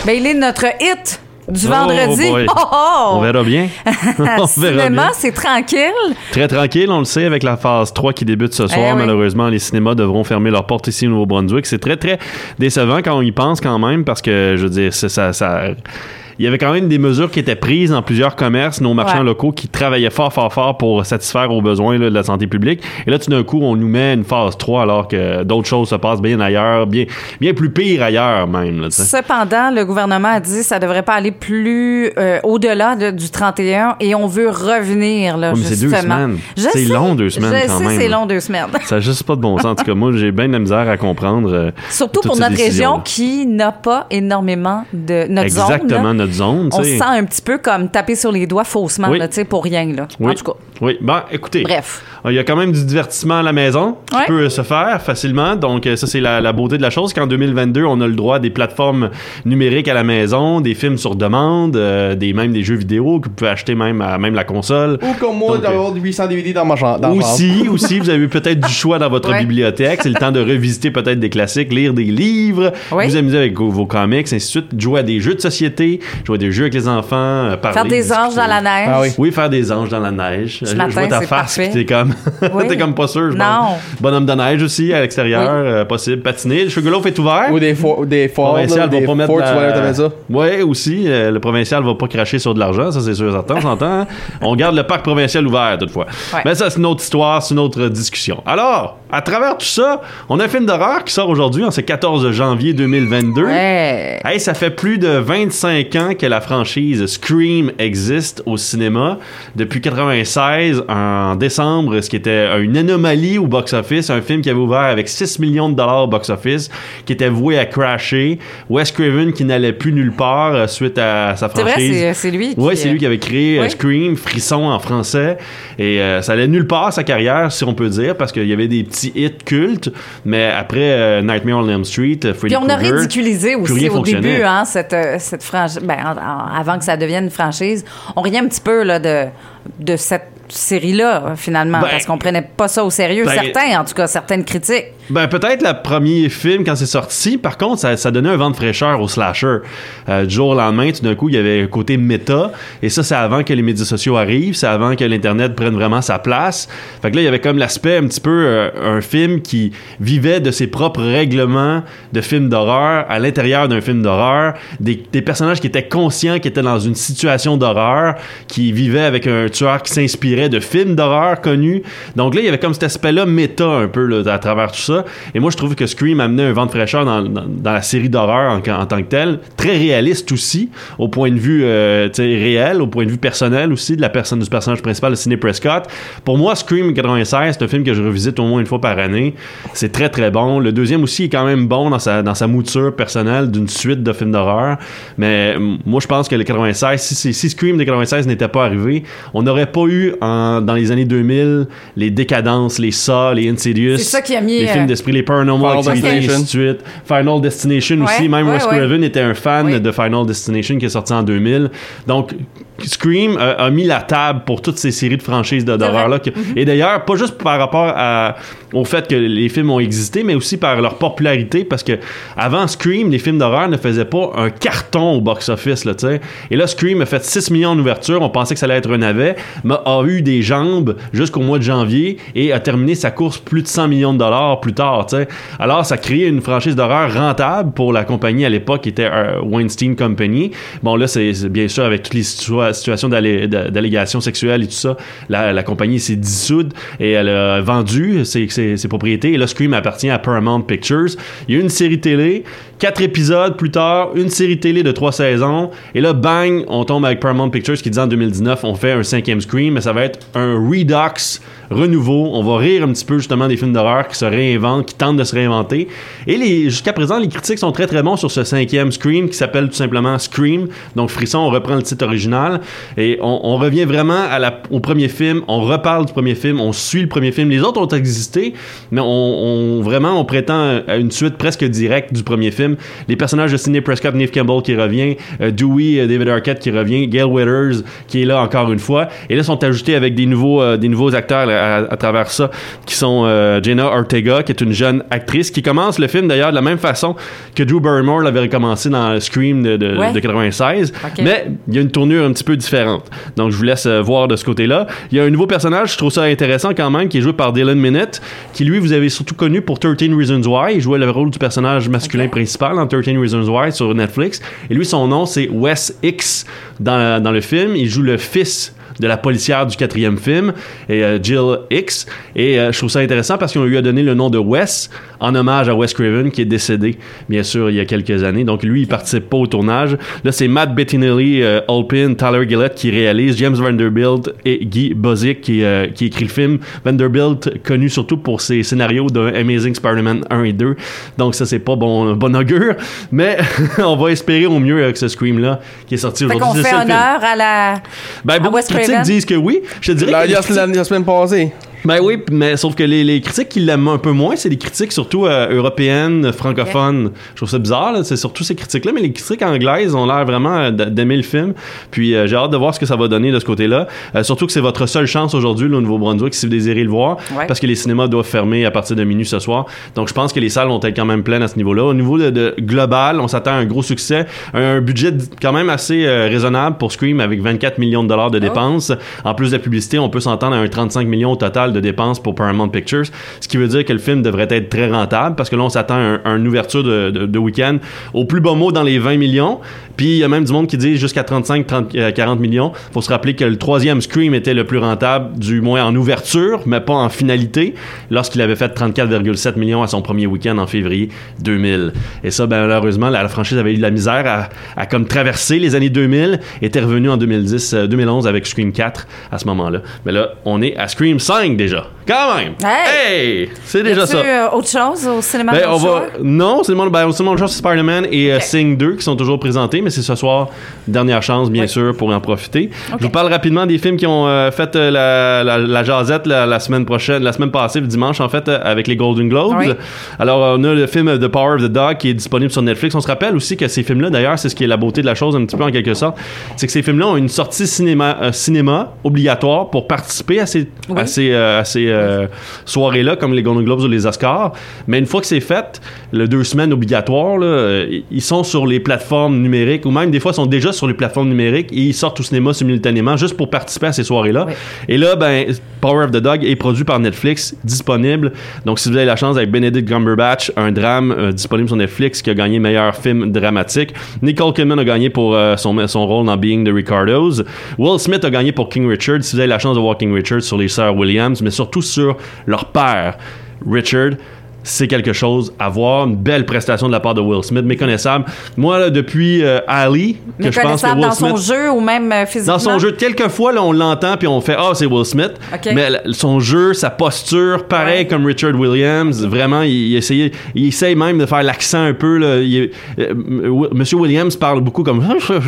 Ben, il est notre hit du vendredi. On verra bien. Cinéma, c'est tranquille. Très tranquille, on le sait, avec la phase 3 qui débute ce soir. Malheureusement, les cinémas devront fermer leurs portes ici au Nouveau-Brunswick. C'est très, très décevant quand on y pense quand même, parce que, je veux dire, ça il y avait quand même des mesures qui étaient prises dans plusieurs commerces, nos marchands locaux qui travaillaient fort pour satisfaire aux besoins là, de la santé publique. Et là, tout d'un coup, on nous met une phase 3 alors que d'autres choses se passent bien ailleurs, bien plus pire ailleurs même. Là, cependant, le gouvernement a dit que ça ne devrait pas aller plus au-delà du 31 et on veut revenir, là, justement. C'est 2 semaines. C'est long 2 semaines quand même. C'est long 2 semaines. Ça n'a juste pas de bon sens. En tout cas, moi, j'ai bien de la misère à comprendre surtout pour notre région qui n'a pas énormément de... Exactement, notre zone. On se sent un petit peu comme taper sur les doigts faussement, là, pour rien. Là. En tout cas. Oui, bon, écoutez. Bref. Il y a quand même du divertissement à la maison qui peut se faire facilement. Donc, ça, c'est la beauté de la chose. Qu'en 2022, on a le droit à des plateformes numériques à la maison, des films sur demande, même des jeux vidéo que vous pouvez acheter même à même la console. Ou comme moi, d'avoir 800 DVD dans ma chambre. Aussi, vous avez peut-être du choix dans votre bibliothèque. C'est le temps de revisiter peut-être des classiques, lire des livres, vous amuser avec vos comics, ainsi de suite, jouer à des jeux de société, jouer à des jeux avec les enfants, parler. Faire des anges dans la neige. Oui, faire des anges dans la neige. Ce matin, je vois ta face, t'es comme... T'es comme pas sûr, je pense. Bonhomme de neige aussi, à l'extérieur, possible. Patiner. Le Sugarloaf est ouvert. Ou des forts. Provincial va pas mettre ça. Oui, aussi. Le provincial va pas cracher sur de l'argent, ça c'est sûr, certain, on s'entend. On garde le parc provincial ouvert, toutefois. Mais ça, c'est une autre histoire, c'est une autre discussion. Alors, à travers tout ça, on a un film d'horreur qui sort aujourd'hui, en ce 14 janvier 2022. Hey, ça fait plus de 25 ans que la franchise Scream existe au cinéma. Depuis 96, en décembre, ce qui était une anomalie au box-office, un film qui avait ouvert avec 6 millions de dollars au box-office, qui était voué à crasher. Wes Craven qui n'allait plus nulle part suite à sa franchise. C'est vrai, c'est lui. Oui, c'est lui qui avait créé Scream, Frisson en français. Et ça allait nulle part sa carrière, si on peut dire, parce qu'il y avait des petits hits cultes, mais après Nightmare on Elm Street, Freddy Krueger, puis on a ridiculisé aussi au début cette franchise, avant que ça devienne une franchise, on riait un petit peu là, de cette série-là, finalement, parce qu'on prenait pas ça au sérieux, en tout cas, certaines critiques. Peut-être le premier film, quand c'est sorti, par contre, ça donnait un vent de fraîcheur au slasher. Du jour au lendemain, tout d'un coup, il y avait un côté méta, et ça, c'est avant que les médias sociaux arrivent, c'est avant que l'Internet prenne vraiment sa place. Fait que là, il y avait comme l'aspect un petit peu un film qui vivait de ses propres règlements de film d'horreur à l'intérieur d'un film d'horreur, des personnages qui étaient conscients qu'ils étaient dans une situation d'horreur, qui vivaient avec un tueur qui s'inspirait de films d'horreur connus. Donc là, il y avait comme cet aspect-là méta un peu là, à travers tout ça. Et moi, je trouve que Scream amenait un vent de fraîcheur dans la série d'horreur en tant que telle. Très réaliste aussi, au point de vue réel, au point de vue personnel aussi du personnage principal, de Sidney Prescott. Pour moi, Scream 96, c'est un film que je revisite au moins une fois par année. C'est très, très bon. Le deuxième aussi est quand même bon dans sa mouture personnelle d'une suite de films d'horreur. Mais moi, je pense que le 96, si Scream de 96 n'était pas arrivé, on n'aurait pas eu dans les années 2000 les décadences, les Saw, les Insidious, c'est ça qui a mis les films d'esprit, les Paranormal Activity, ainsi de suite. Final Destination aussi, même Wes Craven était un fan de Final Destination qui est sorti en 2000. Donc Scream a mis la table pour toutes ces séries de franchises d'horreur-là. Et d'ailleurs, pas juste par rapport au fait que les films ont existé, mais aussi par leur popularité, parce que avant Scream, les films d'horreur ne faisaient pas un carton au box-office, là, tu sais. Et là, Scream a fait 6 millions d'ouvertures, on pensait que ça allait être un navet, mais a eu des jambes jusqu'au mois de janvier et a terminé sa course plus de 100 millions de dollars plus tard, tu sais. Alors, ça a créé une franchise d'horreur rentable pour la compagnie à l'époque qui était Weinstein Company. Bon, là, c'est bien sûr avec toutes les situations d'allégations sexuelles et tout ça, la compagnie s'est dissoute et elle a vendu ses propriétés. Et là, Scream appartient à Paramount Pictures. Il y a eu une série télé, 4 épisodes plus tard, une série télé de 3 saisons. Et là, bang, on tombe avec Paramount Pictures qui dit en 2019, on fait un 5e Scream, mais ça va être un Redux renouveau. On va rire un petit peu justement des films d'horreur qui se réinventent, qui tentent de se réinventer. Et jusqu'à présent, les critiques sont très très bons sur ce 5e Scream qui s'appelle tout simplement Scream. Donc Frisson, on reprend le titre original et on revient vraiment au premier film. On reparle du premier film, on suit le premier film. Les autres ont existé, mais on prétend à une suite presque directe du premier film. film. Les personnages de Sidney Prescott, Neve Campbell qui revient, Dewey, David Arquette qui revient, Gail Weathers qui est là encore une fois. Et là, sont ajoutés avec des nouveaux acteurs à travers ça, qui sont Jenna Ortega, qui est une jeune actrice, qui commence le film d'ailleurs de la même façon que Drew Barrymore l'avait commencé dans Scream de 96. Okay. Mais il y a une tournure un petit peu différente. Donc, je vous laisse voir de ce côté-là. Il y a un nouveau personnage, je trouve ça intéressant quand même, qui est joué par Dylan Minnette, qui lui, vous avez surtout connu pour 13 Reasons Why. Il jouait le rôle du personnage masculin principal dans 13 Reasons Why sur Netflix. Et lui, son nom, c'est Wes X dans le film. Il joue le fils de la policière du 4e film, et Jill X. Et je trouve ça intéressant parce qu'on lui a donné le nom de Wes en hommage à Wes Craven, qui est décédé, bien sûr, il y a quelques années. Donc, lui, il participe pas au tournage. Là, c'est Matt Bettinelli, Alpin, Tyler Gillett qui réalise, James Vanderbilt et Guy Bozick qui écrit le film. Vanderbilt, connu surtout pour ses scénarios de Amazing Spider-Man 1 et 2. Donc, ça, c'est pas bon augure. Mais on va espérer au mieux avec ce Scream-là qui est sorti aujourd'hui. Fait qu'on fait honneur à Wes Craven. Les critiques disent que oui. Je te dirais il y a la semaine passée. Ben oui, mais sauf que les critiques qui l'aiment un peu moins, c'est des critiques surtout européennes, francophones. Okay. Je trouve ça bizarre, là, c'est surtout ces critiques-là, mais les critiques anglaises ont l'air vraiment d'aimer le film. Puis j'ai hâte de voir ce que ça va donner de ce côté-là. Surtout que c'est votre seule chance aujourd'hui, là, au Nouveau-Brunswick, si vous désirez le voir, parce que les cinémas doivent fermer à partir de minuit ce soir. Donc je pense que les salles vont être quand même pleines à ce niveau-là. Au niveau de global, on s'attend à un gros succès, un budget quand même assez raisonnable pour Scream avec 24 millions de dollars de dépenses. En plus de la publicité, on peut s'entendre à un 35 millions au total de dépenses pour Paramount Pictures, ce qui veut dire que le film devrait être très rentable parce que là on s'attend à une ouverture de week-end au plus bas mot dans les 20 millions, puis il y a même du monde qui dit jusqu'à 35-40 millions. Faut se rappeler que le 3e Scream était le plus rentable, du moins en ouverture, mais pas en finalité, lorsqu'il avait fait 34,7 millions à son premier week-end en février 2000. Et ça, ben, malheureusement, la franchise avait eu de la misère à comme traverser les années 2000, était revenu en 2011 avec Scream 4 à ce moment-là. Mais là, on est à Scream 5 déjà. Quand même! Hey! C'est déjà ça. As-tu autre chose au cinéma? Non, au cinéma autre chose, c'est Spider-Man et Sing 2 qui sont toujours présentés, mais c'est ce soir, dernière chance, bien sûr, pour en profiter. Je vous parle rapidement des films qui ont fait la jasette la semaine passée, le dimanche, en fait, avec les Golden Globes. Oui. Alors, on a le film The Power of the Dog qui est disponible sur Netflix. On se rappelle aussi que ces films-là, d'ailleurs, c'est ce qui est la beauté de la chose, un petit peu en quelque sorte, c'est que ces films-là ont une sortie cinéma obligatoire pour participer à ces soirées-là, comme les Golden Globes ou les Oscars. Mais une fois que c'est fait, le 2 semaines obligatoire, là, ils sont sur les plateformes numériques, ou même des fois, ils sont déjà sur les plateformes numériques et ils sortent au cinéma simultanément juste pour participer à ces soirées-là. Oui. Et là, ben, Power of the Dog est produit par Netflix, disponible. Donc, si vous avez la chance avec Benedict Cumberbatch, un drame disponible sur Netflix qui a gagné meilleur film dramatique. Nicole Kidman a gagné pour son rôle dans Being the Ricardos. Will Smith a gagné pour King Richard. Si vous avez la chance de voir King Richard sur les sœurs Williams, mais surtout sur leur père, Richard, c'est quelque chose à voir. Une belle prestation de la part de Will Smith, méconnaissable. Moi, là, depuis Ali, que je pense que Will dans Smith... son jeu ou même physiquement? Dans son jeu, quelquefois, là, on l'entend puis on fait « Ah, c'est Will Smith okay. ». Mais son jeu, sa posture, pareil comme Richard Williams, vraiment, il essaye même de faire l'accent un peu. Là. Monsieur Williams parle beaucoup comme...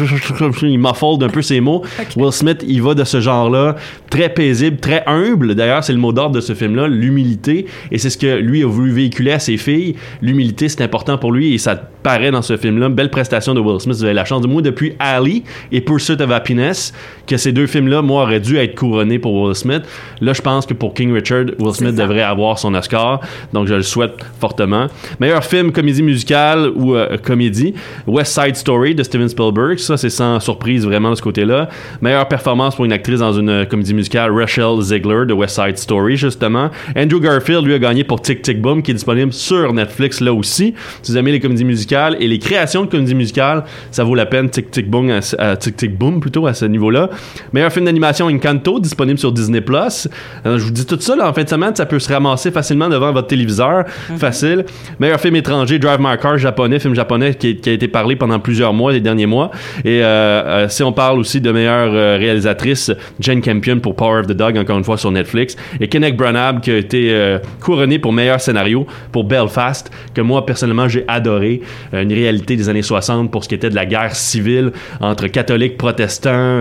il muffle un peu ses mots. Okay. Will Smith, il va de ce genre-là, très paisible, très humble. D'ailleurs, c'est le mot d'ordre de ce film-là, l'humilité. Et c'est ce que lui a voulu véhiculer à ses filles. L'humilité, c'est important pour lui et ça paraît dans ce film-là. Belle prestation de Will Smith. Vous avez la chance de moi depuis Ali et Pursuit of Happiness que ces deux films-là, moi, auraient dû être couronnés pour Will Smith. Là, je pense que pour King Richard, Will Smith devrait avoir son Oscar. Donc, je le souhaite fortement. Meilleur film, comédie musicale ou comédie, West Side Story de Steven Spielberg. Ça, c'est sans surprise vraiment de ce côté-là. Meilleure performance pour une actrice dans une comédie musicale, Rachel Zegler de West Side Story, justement. Andrew Garfield, lui, a gagné pour Tic Tic Boom, qui est disponible sur Netflix, là aussi. Si vous aimez les comédies musicales et les créations de comédies musicales, ça vaut la peine. Tic Tic Boom, Tic Tic Boom plutôt, à ce niveau-là. Meilleur film d'animation, Encanto, disponible sur Disney+. Je vous dis tout ça, là, en fin de semaine, ça peut se ramasser facilement devant votre téléviseur. Facile. Meilleur film étranger, Drive My Car, japonais, film japonais qui a été parlé pendant plusieurs mois, les derniers mois. Et si on parle aussi de meilleure réalisatrice, Jane Campion pour Power of the Dog, encore une fois sur Netflix. Et Kenneth Branagh qui a été couronné pour meilleur scénario pour Belfast, que moi, personnellement, j'ai adoré. Une réalité des années 60 pour ce qui était de la guerre civile entre catholiques, protestants,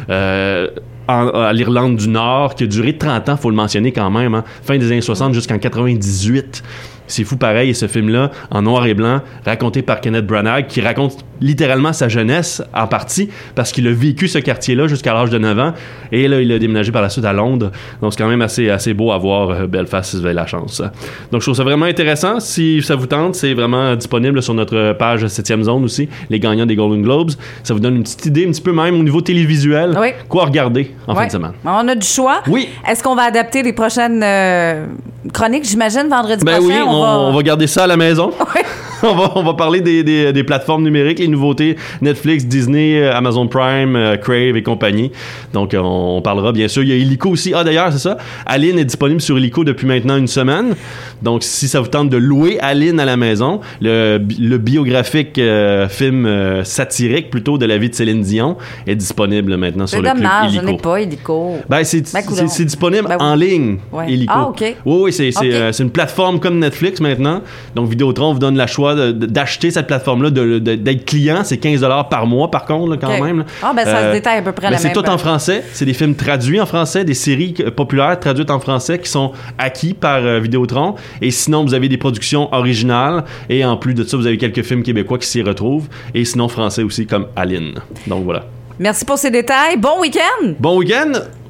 à l'Irlande du Nord, qui a duré 30 ans, il faut le mentionner quand même, hein, fin des années 60 jusqu'en 98. C'est fou pareil, et ce film-là, en noir et blanc, raconté par Kenneth Branagh, qui raconte littéralement sa jeunesse en partie, parce qu'il a vécu ce quartier-là jusqu'à l'âge de 9 ans, et là, il a déménagé par la suite à Londres. Donc, c'est quand même assez beau à voir Belfast si vous avez la chance. Donc, je trouve ça vraiment intéressant. Si ça vous tente, c'est vraiment disponible sur notre page 7e Zone aussi, les gagnants des Golden Globes. Ça vous donne une petite idée, un petit peu même au niveau télévisuel, quoi regarder en fin de semaine. On a du choix. Oui. Est-ce qu'on va adapter les prochaines chroniques, j'imagine, vendredi prochain? Oui, on va garder ça à la maison. Oui. On va parler des plateformes numériques, les nouveautés Netflix, Disney, Amazon Prime, Crave et compagnie. Donc, on parlera, bien sûr. Il y a Illico aussi. Ah, d'ailleurs, c'est ça. Aline est disponible sur Illico depuis maintenant une semaine. Donc, si ça vous tente de louer Aline à la maison, le biographique film satirique, plutôt, de la vie de Céline Dion est disponible maintenant sur le club Illico. Je n'ai pas Illico. C'est disponible en ligne, Illico. Ah, OK. Oui, c'est une plateforme comme Netflix maintenant. Donc, Vidéotron vous donne la choix d'acheter cette plateforme-là, d'être client. C'est 15$ par mois, par contre, là, quand même. Ah, ben ça se détaille à peu près la même. C'est tout en français. C'est des films traduits en français, des séries populaires traduites en français qui sont acquis par Vidéotron. Et sinon, vous avez des productions originales. Et en plus de ça, vous avez quelques films québécois qui s'y retrouvent. Et sinon, français aussi, comme Aline. Donc, voilà. Merci pour ces détails. Bon week-end! Bon week-end!